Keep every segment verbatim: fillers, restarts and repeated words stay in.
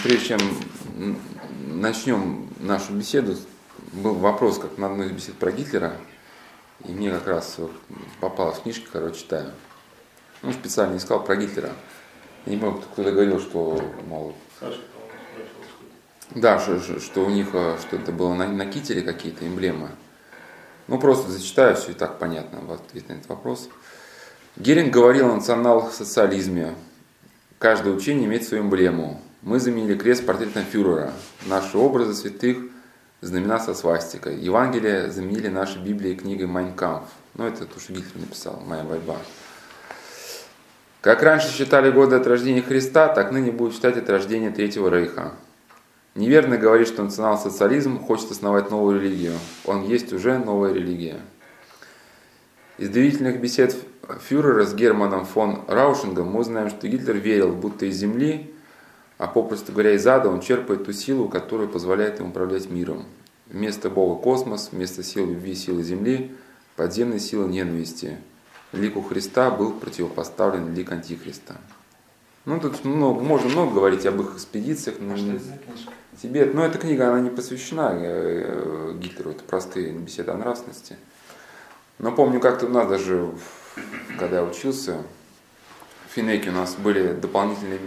прежде чем начнем нашу беседу, был вопрос, как на одной из бесед про Гитлера, и мне как раз попалась книжка, которую читаю. Ну, специально искал про Гитлера. Я не помню, кто-то говорил, что, мол, Саша, да, что, что у них что это было на, на кителе какие-то эмблемы. Ну, просто зачитаю, все и так понятно в ответ на этот вопрос. Геринг говорил о национал-социализме. Каждое учение имеет свою эмблему. Мы заменили крест портретом фюрера. Наши образы святых – знамена со свастикой. Евангелие заменили нашей Библией книгой «Майн кампф». Ну, это то, что Гитлер написал, «Моя борьба». Как раньше считали годы от рождения Христа, так ныне будут считать от рождения Третьего Рейха. Неверно говорит, что национал-социализм хочет основать новую религию. Он есть уже новая религия. Из доверительных бесед фюрера с Германом фон Раушингом мы узнаем, что Гитлер верил, будто из земли, а попросту говоря, из ада он черпает ту силу, которая позволяет ему управлять миром. Вместо Бога космос, вместо сил любви силы земли, подземной силы ненависти. Лику Христа был противопоставлен лик Антихриста. Ну, тут много, можно много говорить об их экспедициях. А что это за книжка? Тебе, но эта книга, она не посвящена Гитлеру, это простые беседы о нравственности. Но помню, как-то у нас даже, когда я учился, в Финеке у нас были дополнительные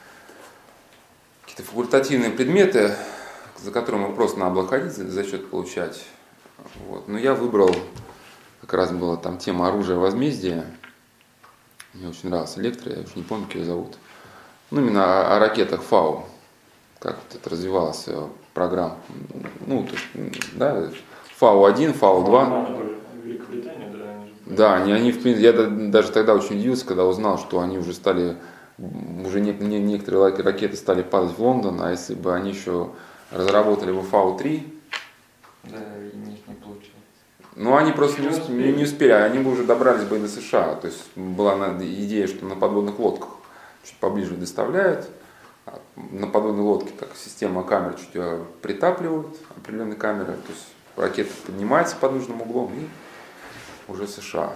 какие-то факультативные предметы, за которыми мы просто надо было ходить, зачет получать. Вот. Но я выбрал, как раз была там тема оружия возмездия. Мне очень нравился лектор, я уже не помню, как ее зовут. Ну, именно о, о ракетах Фау. Как вот это развивалась программа. Ну, то есть, да, Фау один, Фау два. Великобритания, да, они же... Да, они, они, в принципе, я даже тогда очень удивился, когда узнал, что они уже стали, уже не, не, некоторые ракеты стали падать в Лондон, а если бы они еще разработали бы Фау три, да, и у них не получилось. ну, они просто не успели, не успели, они бы уже добрались бы и до США. То есть была идея, что на подводных лодках чуть поближе доставляют, на подводной лодке как система камер чуть притапливают, определенные камеры, то есть ракета поднимается под нужным углом и уже США.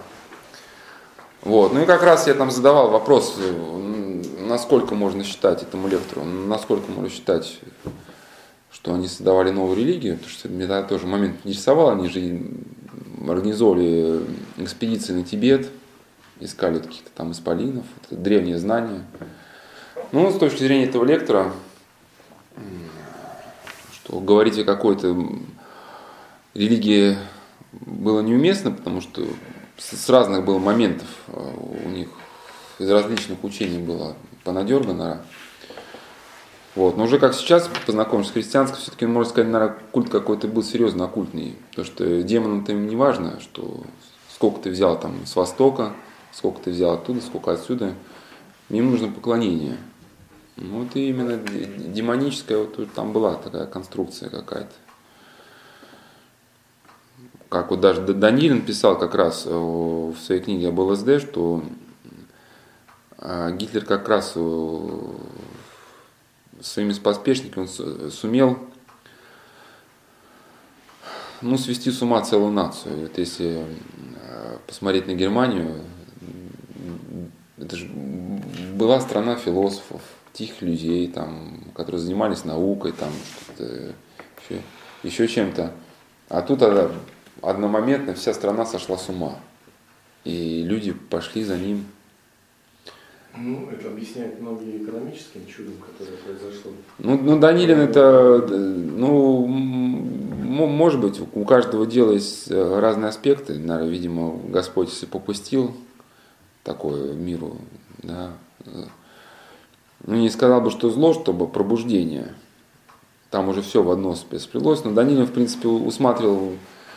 Вот. Ну и как раз я там задавал вопрос, насколько можно считать этому лектору, насколько можно считать, что они создавали новую религию, потому что меня тоже момент интересовал, они же организовали экспедиции на Тибет, искали каких-то там исполинов, это древние знания. Ну, с точки зрения этого лектора, что говорить о какой-то религии было неуместно, потому что с разных было моментов у них, из различных учений было понадергано. Вот. Но уже как сейчас познакомишься с христианством, все-таки можно сказать, наверное, культ какой-то был серьезно оккультный. Потому что демонам-то им не важно, что сколько ты взял там с востока, сколько ты взял оттуда, сколько отсюда. Им нужно поклонение. Вот и именно демоническая, вот там была такая конструкция какая-то. Как вот даже Данилин писал как раз в своей книге об ЛСД, что Гитлер как раз своими поспешниками сумел, ну, свести с ума целую нацию. Вот если посмотреть на Германию, это же была страна философов, тихих людей, там, которые занимались наукой, там, что-то, еще, еще чем-то. А тут одномоментно вся страна сошла с ума. И люди пошли за ним. Ну, это объясняет многие экономическим чудом, которое произошло. Ну, ну Данилин это, ну, может быть, у каждого дела есть разные аспекты. Наверное, видимо, Господь если попустил такое миру, да. Ну, не сказал бы, что зло, чтобы пробуждение. Там уже все в одно сплелось. Но Данилин, в принципе, усматривал,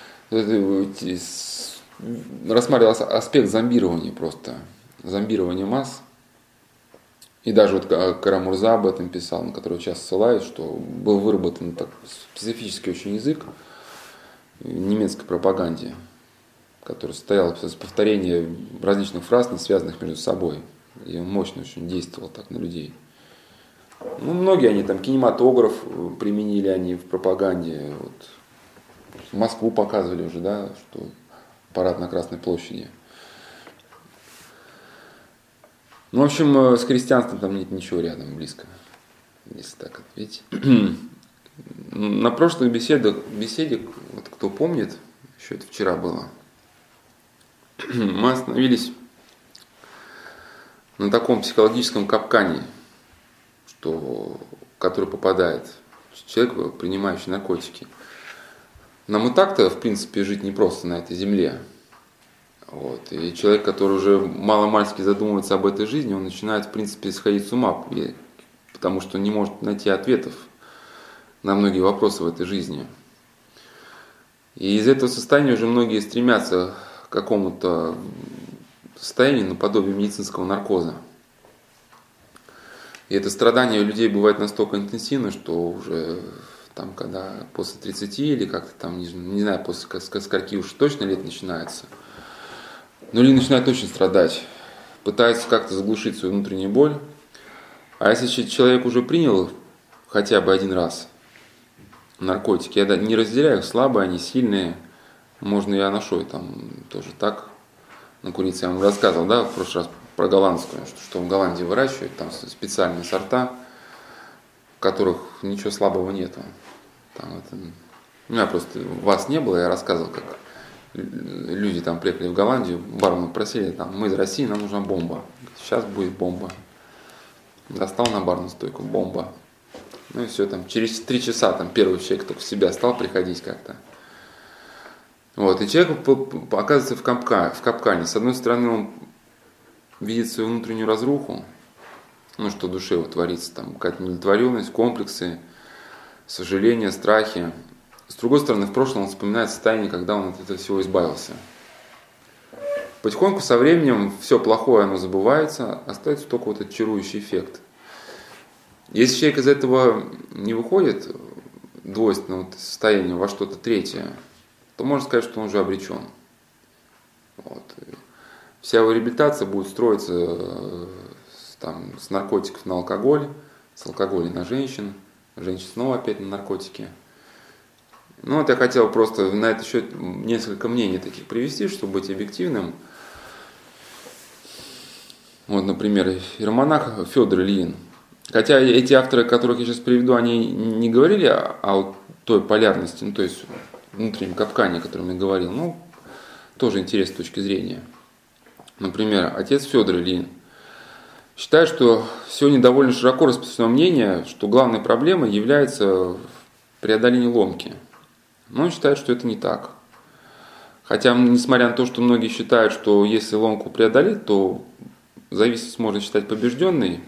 рассматривал аспект зомбирования просто. Зомбирования масс. И даже вот Карамурза об этом писал, на который сейчас ссылаюсь, что был выработан так, специфический очень язык в немецкой пропаганде, который состоял из повторения различных фраз, не связанных между собой. И он мощно очень действовал так на людей. Ну, многие они там, кинематограф применили они в пропаганде. Вот. Москву показывали уже, да, что парад на Красной площади. Ну, в общем, с христианством там нет ничего рядом, близко. если так ответить. На прошлых беседах, беседе, вот кто помнит, еще это вчера было, мы остановились на таком психологическом капкане, что, который попадает человек, принимающий наркотики. Нам и так-то, в принципе, жить непросто на этой земле. Вот. И человек, который уже мало-мальски задумывается об этой жизни, он начинает, в принципе, сходить с ума, потому что не может найти ответов на многие вопросы в этой жизни. И из этого состояния уже многие стремятся к какому-то состоянию наподобие медицинского наркоза. И это страдание у людей бывает настолько интенсивно, что уже там, когда после тридцати или как-то там, не, не знаю, после скольки уж точно лет начинается, но люди начинают очень страдать, пытаются как-то заглушить свою внутреннюю боль. А если человек уже принял хотя бы один раз наркотики, я не разделяю, слабые они, сильные, можно и анашой там тоже так накуриться. Я вам рассказывал, да, в прошлый раз про голландскую, что, что в Голландии выращивают, там специальные сорта, в которых ничего слабого нету. Там это, у меня просто вас не было, я рассказывал, как люди там приехали в Голландию, бармену просили, там, мы из России, нам нужна бомба. Сейчас будет бомба. Достал на барную стойку, бомба. Ну и все, там, через три часа там первый человек только в себя стал приходить как-то. Вот, и человек оказывается в, капка, в капкане. С одной стороны, он видит свою внутреннюю разруху, ну, что в душе его творится, там, какая-то неудовлетворенность, комплексы, сожаления, страхи. С другой стороны, в прошлом он вспоминает состояние, когда он от этого всего избавился. Потихоньку со временем все плохое, оно забывается, остается только вот этот чарующий эффект. Если человек из этого не выходит, двойственного состояния, во что-то третье, то можно сказать, что он уже обречен. Вот. Вся его реабилитация будет строиться там, с наркотиков на алкоголь, с алкоголя на женщин, женщин снова опять на наркотики. Ну вот я хотел просто на этот счет несколько мнений таких привести, чтобы быть объективным. Вот, например, иеромонах Федор Ильин. Хотя эти авторы, которых я сейчас приведу, они не говорили о, о той полярности, ну, то есть внутреннем капкане, о котором я говорил, ну, тоже интересная с точки зрения. Например, отец Федор Ильин считает, что сегодня довольно широко распространено мнение, что главной проблемой является преодоление ломки. Но он считает, что это не так. Хотя, несмотря на то, что многие считают, что если ломку преодолеть, то зависимость можно считать побежденной.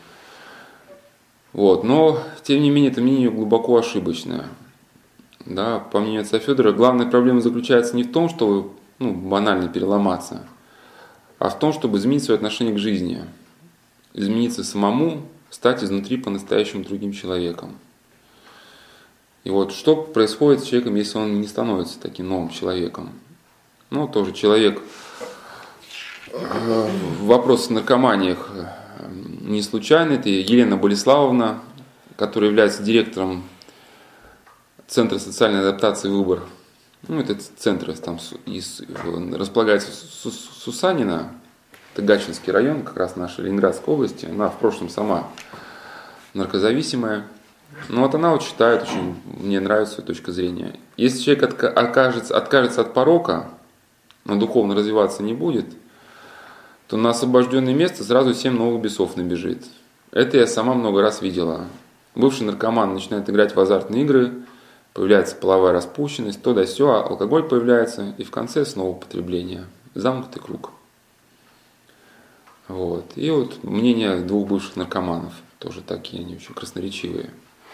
Вот. Но, тем не менее, это мнение глубоко ошибочное. Да, по мнению отца Федора, главная проблема заключается не в том, чтобы ну, банально переломаться, а в том, чтобы изменить свое отношение к жизни. Измениться самому, стать изнутри по-настоящему другим человеком. И вот что происходит с человеком, если он не становится таким новым человеком? Ну, тоже человек, вопрос о наркоманиях не случайный. Это Елена Болеславовна, которая является директором Центра социальной адаптации «Выбор». Ну, это центр там из, располагается в Сусанино, это Гатчинский район, как раз нашей Ленинградской области. Она в прошлом сама наркозависимая. Но вот она вот считает, очень мне нравится ее точка зрения. Если человек откажется, откажется от порока, но духовно развиваться не будет, то на освобожденное место сразу семь новых бесов набежит. Это я сама много раз видела. Бывший наркоман начинает играть в азартные игры, появляется половая распущенность, то да сё, а алкоголь появляется, и в конце снова употребление. Замкнутый круг. Вот. И вот мнение двух бывших наркоманов, тоже такие, они очень красноречивые.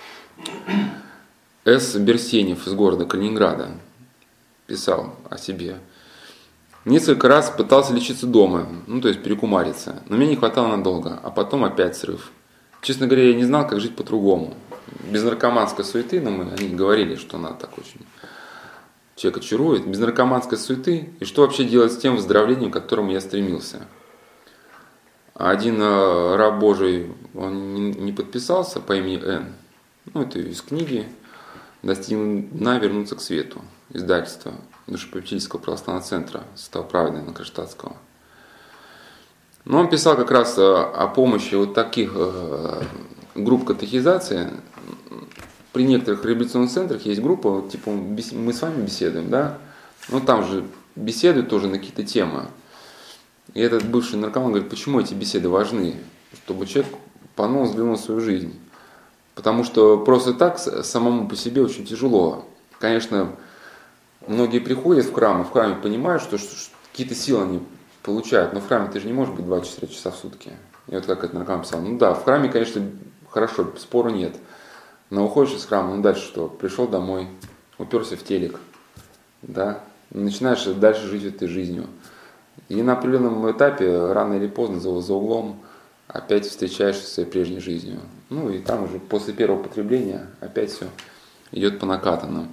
С. Берсенев из города Калининграда писал о себе. Несколько раз пытался лечиться дома, ну то есть перекумариться, но мне не хватало надолго, а потом опять срыв. Честно говоря, я не знал, как жить по-другому. Без наркоманской суеты, но мы они говорили, что она так очень человека чарует, без наркоманской суеты, и что вообще делать с тем выздоровлением, к которому я стремился. Один раб Божий, он не подписался по имени Н. Ну, это из книги «Достигнуть дна, вернуться к свету», издательства Душепопечительского православного центра Святого Праведного Кронштадтского. Но он писал как раз о помощи вот таких групп катехизации. При некоторых реабилитационных центрах есть группа, типа мы с вами беседуем, да? Ну там же беседуют тоже на какие-то темы. И этот бывший наркоман говорит, почему эти беседы важны? Чтобы человек по-новому взглянул на свою жизнь. Потому что просто так самому по себе очень тяжело. Конечно, многие приходят в храм, и в храме понимают, что, что, что какие-то силы они получают, но в храме ты же не можешь быть двадцать четыре часа в сутки. И вот как этот наркоман писал, ну да, в храме, конечно, хорошо, спору нет. Но уходишь из храма, ну дальше что? Пришел домой, уперся в телек, да, начинаешь дальше жить этой жизнью. И на определенном этапе, рано или поздно, за, за углом, опять встречаешься со своей прежней жизнью. Ну и там уже после первого потребления опять все идет по накатанному.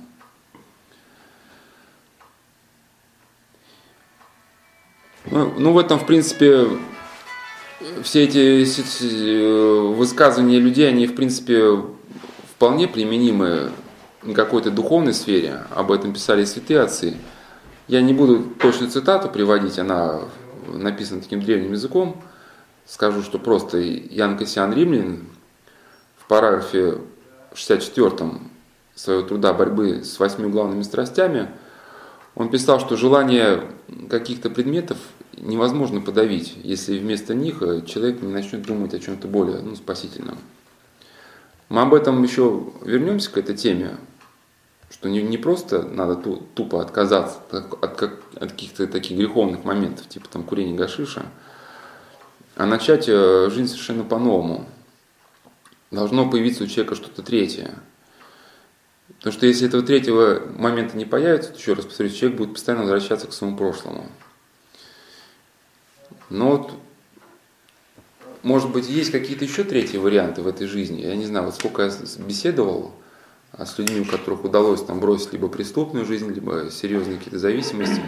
Ну, ну в этом, в принципе, все эти высказывания людей, они, в принципе, вполне применимы в какой-то духовной сфере. Об этом писали святые отцы. Я не буду точную цитату приводить, она написана таким древним языком. Скажу, что просто Ян Кассиан Римлян в параграфе шестьдесят четвёртом своего труда борьбы с восьмью главными страстями он писал, что желание каких-то предметов невозможно подавить, если вместо них человек не начнет думать о чем-то более ну, спасительном. Мы об этом еще вернемся к этой теме, что не, не просто надо ту, тупо отказаться от, от, от каких-то таких греховных моментов, типа там курения гашиша, а начать жизнь совершенно по-новому. Должно появиться у человека что-то третье. Потому что если этого третьего момента не появится, то, еще раз повторюсь, человек будет постоянно возвращаться к своему прошлому. Но вот, может быть, есть какие-то еще третьи варианты в этой жизни. Я не знаю, вот сколько я беседовал с людьми, у которых удалось там бросить либо преступную жизнь, либо серьезные какие-то зависимости.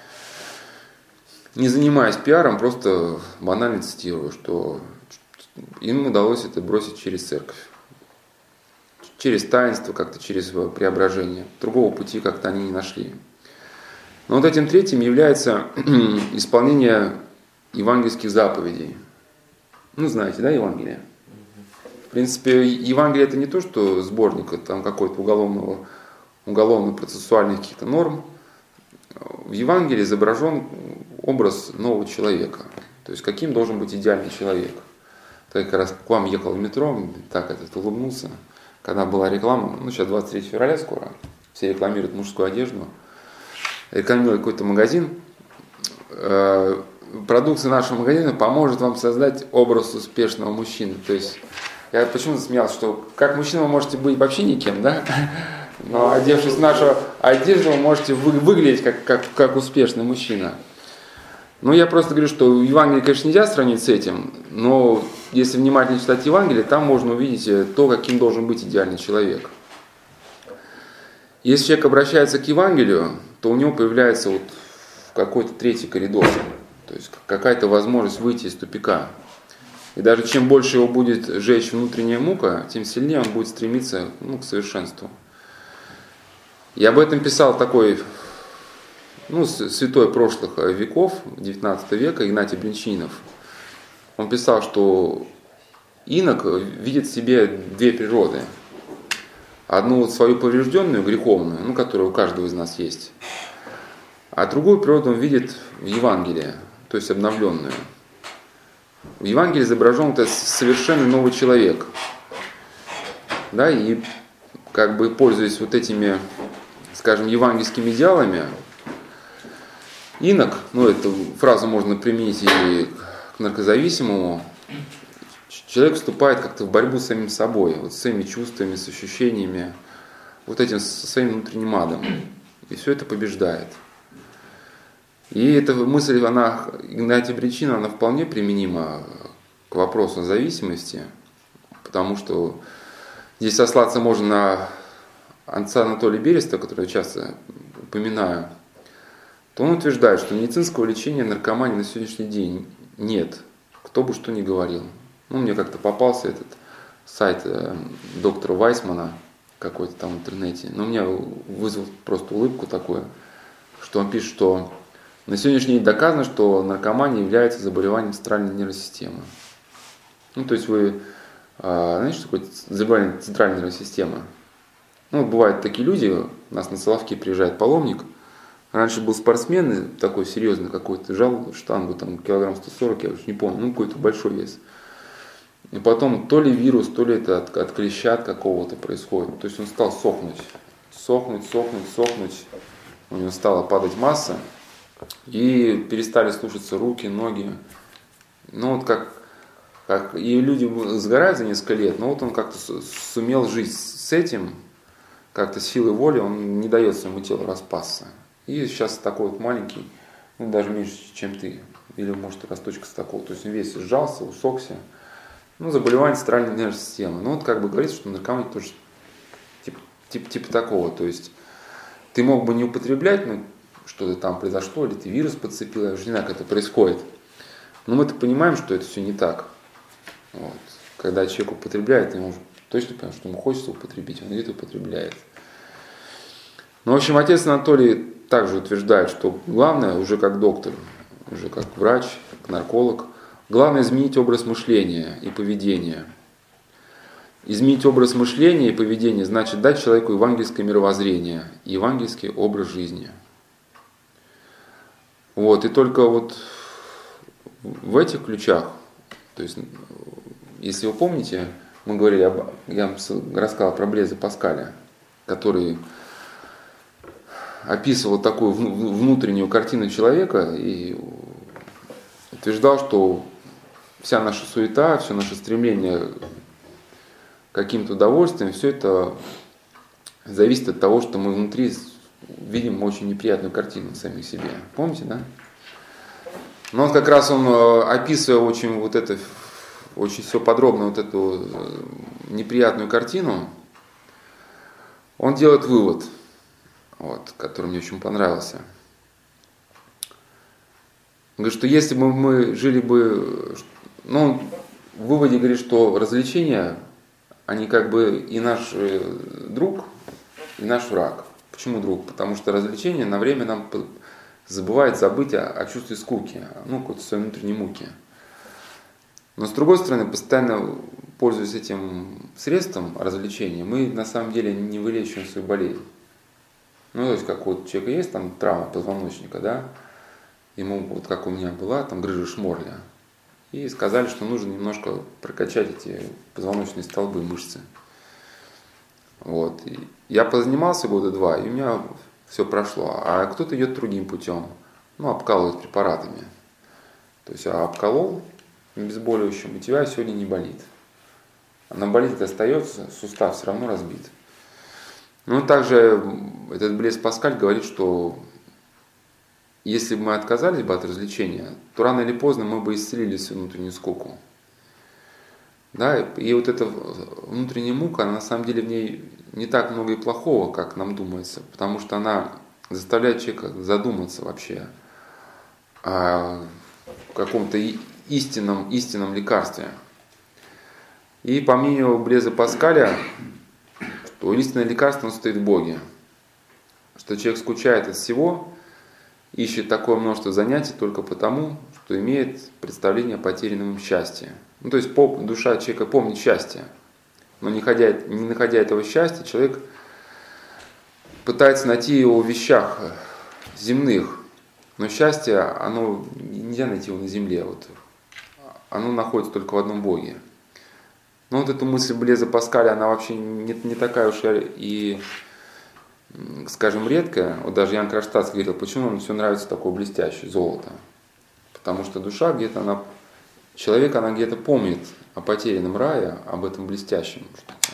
Не занимаясь пиаром, просто банально цитирую, что им удалось это бросить через церковь. Через таинство, как-то через преображение. Другого пути как-то они не нашли. Но вот этим третьим является исполнение евангельских заповедей. Ну, знаете, да, Евангелие? В принципе, Евангелие это не то, что сборник там какой-то уголовного, уголовно-процессуальных каких-то норм. В Евангелии изображен образ нового человека. То есть, каким должен быть идеальный человек. Так как раз к вам ехал в метро, так этот улыбнулся. Когда была реклама, ну сейчас двадцать третьего февраля скоро, все рекламируют мужскую одежду, рекламирует какой-то магазин, продукция нашего магазина поможет вам создать образ успешного мужчины. То есть, я почему засмеялся, что как мужчина вы можете быть вообще никем, да? Но одевшись в нашу одежду, вы можете вы, выглядеть как, как, как успешный мужчина. Ну, я просто говорю, что Евангелие, конечно, нельзя сравнить с этим, но если внимательно читать Евангелие, там можно увидеть то, каким должен быть идеальный человек. Если человек обращается к Евангелию, то у него появляется вот какой-то третий коридор, то есть какая-то возможность выйти из тупика. И даже чем больше его будет жечь внутренняя мука, тем сильнее он будет стремиться ну, к совершенству. Я об этом писал такой ну, святой прошлых веков, девятнадцатого века, Игнатий Бринчанинов. Он писал, что инок видит в себе две природы. Одну вот свою поврежденную, греховную, ну, которая у каждого из нас есть, а другую природу он видит в Евангелии, то есть обновленную. В Евангелии изображен это совершенно новый человек. Да, и как бы пользуясь вот этими, скажем, евангельскими идеалами, инок, ну эту фразу можно применить и к наркозависимому, человек вступает как-то в борьбу с самим собой, вот с своими чувствами, с ощущениями, вот этим со своим внутренним адом. И все это побеждает. И эта мысль, она, Игнатия Бринчанинова, она вполне применима к вопросу зависимости, потому что здесь сослаться можно на отца Анатолия Береста, который я часто упоминаю, то он утверждает, что медицинского лечения наркомании на сегодняшний день нет, кто бы что ни говорил. Ну, мне как-то попался этот сайт э, доктора Вайсмана какой-то там в интернете, но у меня вызвал просто улыбку такую, что он пишет, что на сегодняшний день доказано, что наркомания является заболеванием центральной нервной системы. Ну, то есть вы А, знаешь, что такое заболевание центральной нервной системы? Ну, бывают такие люди, у нас на Соловки приезжает паломник, раньше был спортсмен, такой серьезный какой-то, жал штангу, там, килограмм сто сорок, я уже не помню, ну, какой-то большой вес. И потом то ли вирус, то ли это от, от клеща от какого-то происходит. То есть он стал сохнуть, сохнуть, сохнуть, сохнуть. У него стала падать масса, и перестали слушаться руки, ноги. Ну, вот как, как и люди сгорают за несколько лет, но вот он как-то сумел жить с этим, как-то силой воли, он не дает своему телу распасться. И сейчас такой вот маленький, ну даже меньше, чем ты, или может росточка с такого, то есть он весь сжался, усохся. Ну, заболевание центральной нервной системы. Ну, вот как бы говорится, что наркомания тоже типа, типа, типа такого, то есть ты мог бы не употреблять, но что-то там произошло, или ты вирус подцепил, я уже не знаю, как это происходит. Но мы-то понимаем, что это все не так. Вот. Когда человек употребляет, ему точно понимаем, что ему хочется употребить, он где-то употребляет. Ну, в общем, отец Анатолий также утверждает, что главное, уже как доктор, уже как врач, как нарколог, главное изменить образ мышления и поведения. Изменить образ мышления и поведения значит дать человеку евангельское мировоззрение, евангельский образ жизни. Вот, и только вот в этих ключах, то есть, если вы помните, мы говорили, об, я вам рассказал про Блеза Паскаля, который описывал такую внутреннюю картину человека и утверждал, что вся наша суета, все наше стремление к каким-то удовольствиям, все это зависит от того, что мы внутри видим очень неприятную картину сами себе. Помните, да? Но он как раз он, описывая очень вот это, очень все подробно вот эту неприятную картину, он делает вывод, вот, который мне очень понравился. Он говорит, что если бы мы жили бы, ну, он в выводе говорит, что развлечения, они как бы и наш друг, и наш враг. Почему друг? Потому что развлечение на время нам забывает забыть о, о чувстве скуки, ну, какой-то своей внутренней муки. Но с другой стороны, постоянно пользуясь этим средством развлечения, мы на самом деле не вылечиваем свою болезнь. Ну, то есть, как вот у человека есть там травма позвоночника, да, ему, вот как у меня была, там грыжа Шморля, и сказали, что нужно немножко прокачать эти позвоночные столбы, мышцы. Вот. И я позанимался года два, и у меня все прошло. А кто-то идет другим путем, ну, обкалывает препаратами. То есть, а обколол обезболивающим, у тебя сегодня не болит. Она болит, остается, сустав все равно разбит. Ну, также этот Блез Паскаль говорит, что если бы мы отказались бы от развлечения, то рано или поздно мы бы исцелили всю внутреннюю скуку. Да, и вот эта внутренняя мука, она на самом деле в ней не так много и плохого, как нам думается, потому что она заставляет человека задуматься вообще о каком-то истинном, истинном лекарстве. И по мнению Блеза Паскаля, что истинное лекарство стоит в Боге, что человек скучает от всего, ищет такое множество занятий только потому, что имеет представление о потерянном им счастье. Ну, то есть душа человека помнит счастье, но не находя, не находя этого счастья, человек пытается найти его в вещах земных, но счастье, оно нельзя найти его на земле, вот. Оно находится только в одном Боге. Но вот эта мысль Блеза Паскаля, она вообще не, не такая уж и, скажем, редкая. Вот даже Ян Кронштадтский говорил, почему нам все нравится такое блестящее золото. Потому что душа где-то, она, человек, она где-то помнит о потерянном рае, об этом блестящем.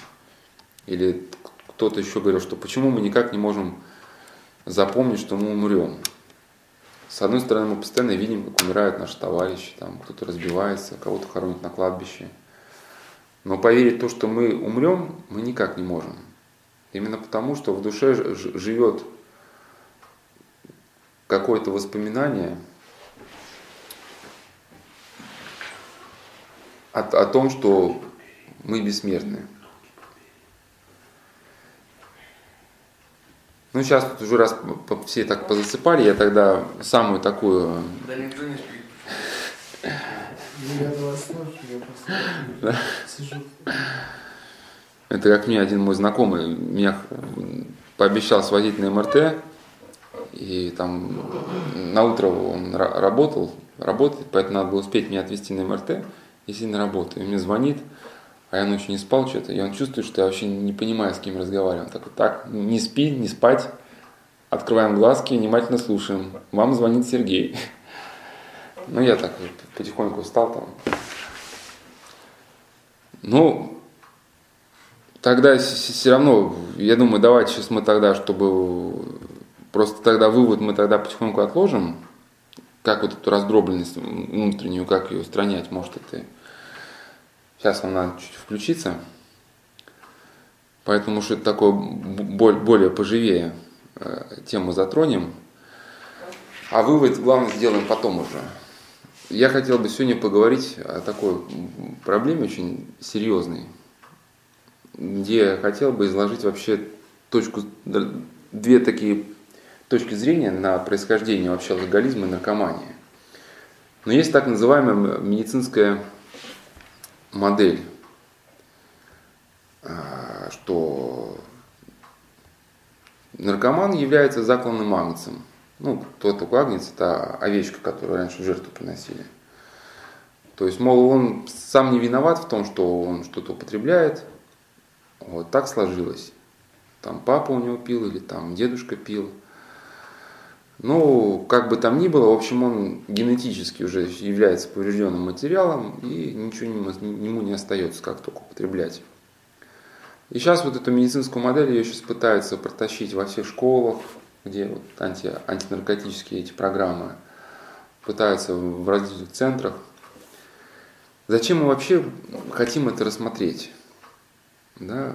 Или кто-то еще говорил, что почему мы никак не можем запомнить, что мы умрем. С одной стороны, мы постоянно видим, как умирают наши товарищи, там кто-то разбивается, кого-то хоронят на кладбище. Но поверить в то, что мы умрем, мы никак не можем. Именно потому, что в душе живет какое-то воспоминание о, о том, что мы бессмертны. Ну, сейчас тут уже раз все так позасыпали, я тогда самую такую... Да никто не спит. Ну, я вас слышу, я просто сижу. Это как мне один мой знакомый меня пообещал свозить на эм эр тэ, и там на утро он работал, работает, поэтому надо было успеть меня отвезти на эм эр тэ и сидеть на работу. И мне звонит, а я ночью не спал что-то, и он чувствует, что я вообще не понимаю, с кем разговариваю. Он такой: так, не спи, не спать, открываем глазки, внимательно слушаем. Вам звонит Сергей. Ну, я так потихоньку встал там. Ну, тогда все равно, я думаю, давайте сейчас мы тогда, чтобы просто тогда вывод мы тогда потихоньку отложим, как вот эту раздробленность внутреннюю, как ее устранять, может это... Сейчас вам надо чуть включиться, поэтому что это такое более поживее тему затронем, а вывод, главное, сделаем потом уже. Я хотел бы сегодня поговорить о такой проблеме очень серьезной, где я хотел бы изложить вообще точку, две такие точки зрения на происхождение вообще алкоголизма и наркомании. Но есть так называемая медицинская модель, что наркоман является закланным агнцем. Ну, кто такой агнец? Это овечка, которую раньше в жертву приносили. То есть, мол, он сам не виноват в том, что он что-то употребляет. Вот так сложилось. Там папа у него пил или там дедушка пил. Ну, как бы там ни было, в общем, он генетически уже является поврежденным материалом, и ничего ему не остается, как только употреблять. И сейчас вот эту медицинскую модель ее сейчас пытаются протащить во всех школах, где вот анти, антинаркотические эти программы, пытаются в различных центрах. Зачем мы вообще хотим это рассмотреть? Да?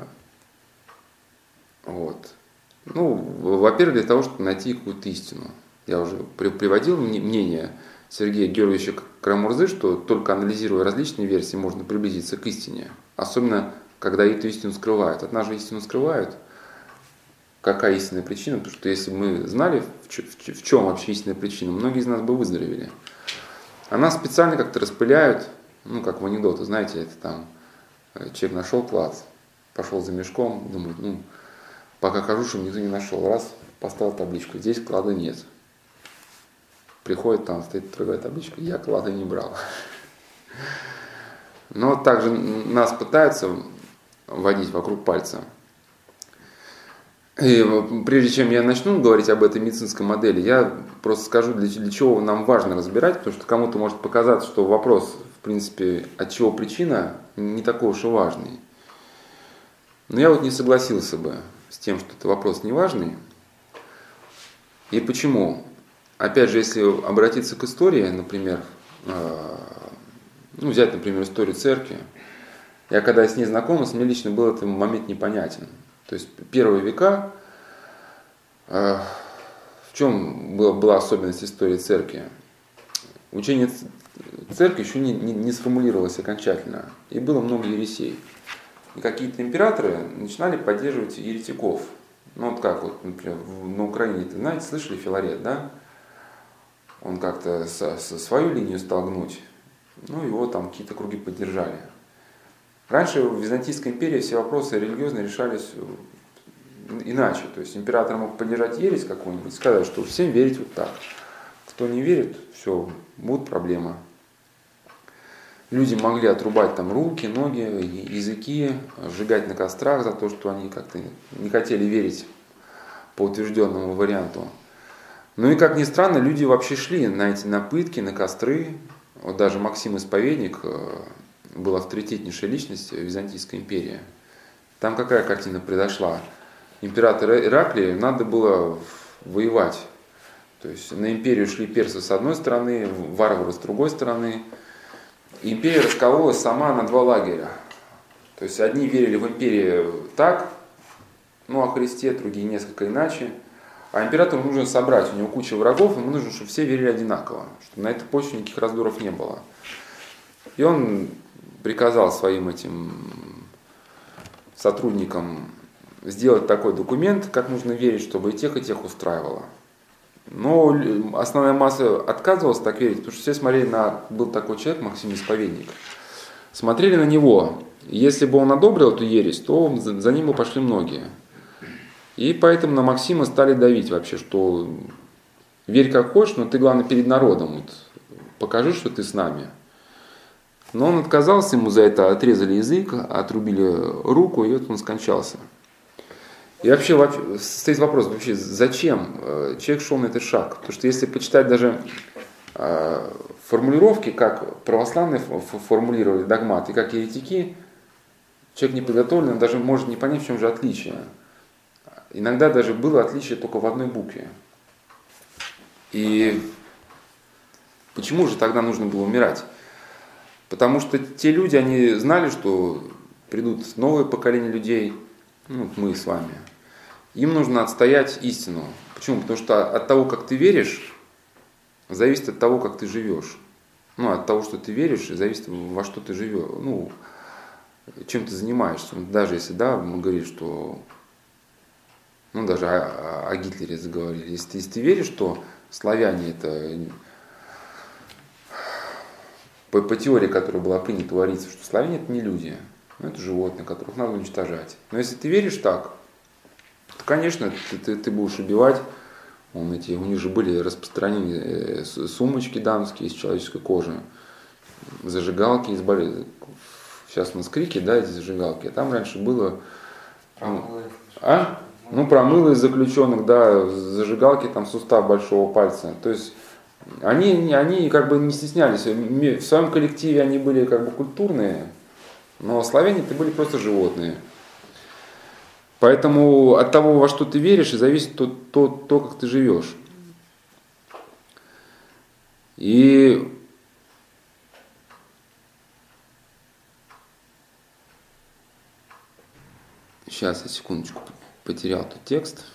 Вот. Ну, во-первых, для того, чтобы найти какую-то истину. Я уже приводил мнение Сергея Георгиевича Карамурзы, что только анализируя различные версии, можно приблизиться к истине. Особенно, когда эту истину скрывают. От нас же истину скрывают. Какая истинная причина? Потому что если бы мы знали, в чем вообще истинная причина, многие из нас бы выздоровели. А нас специально как-то распыляют, ну, как в анекдоте, знаете, это там, человек нашел клад, пошел за мешком, думает, ну, пока хожу, чтобы никто не нашел. Раз, поставил табличку, здесь клада нет. Приходит, там стоит другая табличка, я клада не брал. Но также нас пытаются водить вокруг пальца. И прежде чем я начну говорить об этой медицинской модели, я просто скажу, для, для чего нам важно разбирать, потому что кому-то может показаться, что вопрос, в принципе, от чего причина, не такой уж и важный. Но я вот не согласился бы с тем, что это вопрос неважный. И почему? Опять же, если обратиться к истории, например, ну, взять, например, историю церкви, я когда с ней знакомился, мне лично был этот момент непонятен. То есть первые века, в чем была особенность истории церкви? Учение церкви еще не, не, не сформулировалось окончательно, и было много ересей. И какие-то императоры начинали поддерживать еретиков. Ну вот как вот, например, на Украине, ты знаете, слышали Филарет, да? Он как-то со, со свою линию стал гнуть, ну его там какие-то круги поддержали. Раньше в Византийской империи все вопросы религиозные решались иначе. То есть император мог поддержать ересь какую-нибудь, сказать, что всем верить вот так. Кто не верит, все, будут проблемы. Люди могли отрубать там руки, ноги, языки, сжигать на кострах за то, что они как-то не хотели верить по утвержденному варианту. Ну и как ни странно, люди вообще шли на эти на пытки, на костры. Вот даже Максим Исповедник был авторитетнейшей личностью Византийской империи. Там какая картина произошла? Император Ираклий надо было воевать. То есть на империю шли персы с одной стороны, варвары с другой стороны. Империя раскололась сама на два лагеря. То есть одни верили в империю так, ну о Христе, другие несколько иначе. А императору нужно собрать, у него куча врагов, ему нужно, чтобы все верили одинаково, чтобы на этой почве никаких раздоров не было. И он приказал своим этим сотрудникам сделать такой документ, как нужно верить, чтобы и тех, и тех устраивало. Но основная масса отказывалась так верить, потому что все смотрели на... Был такой человек, Максим Исповедник. Смотрели на него. Если бы он одобрил эту ересь, то за ним бы пошли многие. И поэтому на Максима стали давить вообще, что верь как хочешь, но ты, главное, перед народом. Вот, покажи, что ты с нами. Но он отказался, ему за это отрезали язык, отрубили руку, и вот он скончался. И вообще, вообще стоит вопрос, вообще, зачем человек шел на этот шаг? Потому что если почитать даже э, формулировки, как православные формулировали догматы, как еретики, человек неподготовленный даже может не понять, в чем же отличие. Иногда даже было отличие только в одной букве. И почему же тогда нужно было умирать? Потому что те люди, они знали, что придут новые поколения людей, ну, мы с вами. Им нужно отстоять истину. Почему? Потому что от того, как ты веришь, зависит от того, как ты живешь. Ну, от того, что ты веришь, зависит, во что ты живешь. Ну, чем ты занимаешься. Даже если, да, мы говорим, что... Ну, даже о, о Гитлере заговорили. Если ты, если ты веришь, что славяне это... По, по теории, которая была принята у арийцев, что славяне это не люди. Ну, это животные, которых надо уничтожать. Но если ты веришь так, то, конечно, ты, ты, ты будешь убивать. Он, эти, у них же были распространены сумочки дамские из человеческой кожи, зажигалки из болезни. Сейчас у нас крики, да, эти зажигалки. А там раньше было... Ну, а? Ну, промыло из заключенных, да, зажигалки, там сустав большого пальца. То есть они, они как бы не стеснялись. В своем коллективе они были как бы культурные, но славяне это были просто животные. Поэтому от того, во что ты веришь, и зависит то, то, то как ты живешь. И сейчас я секундочку потерял тут текст.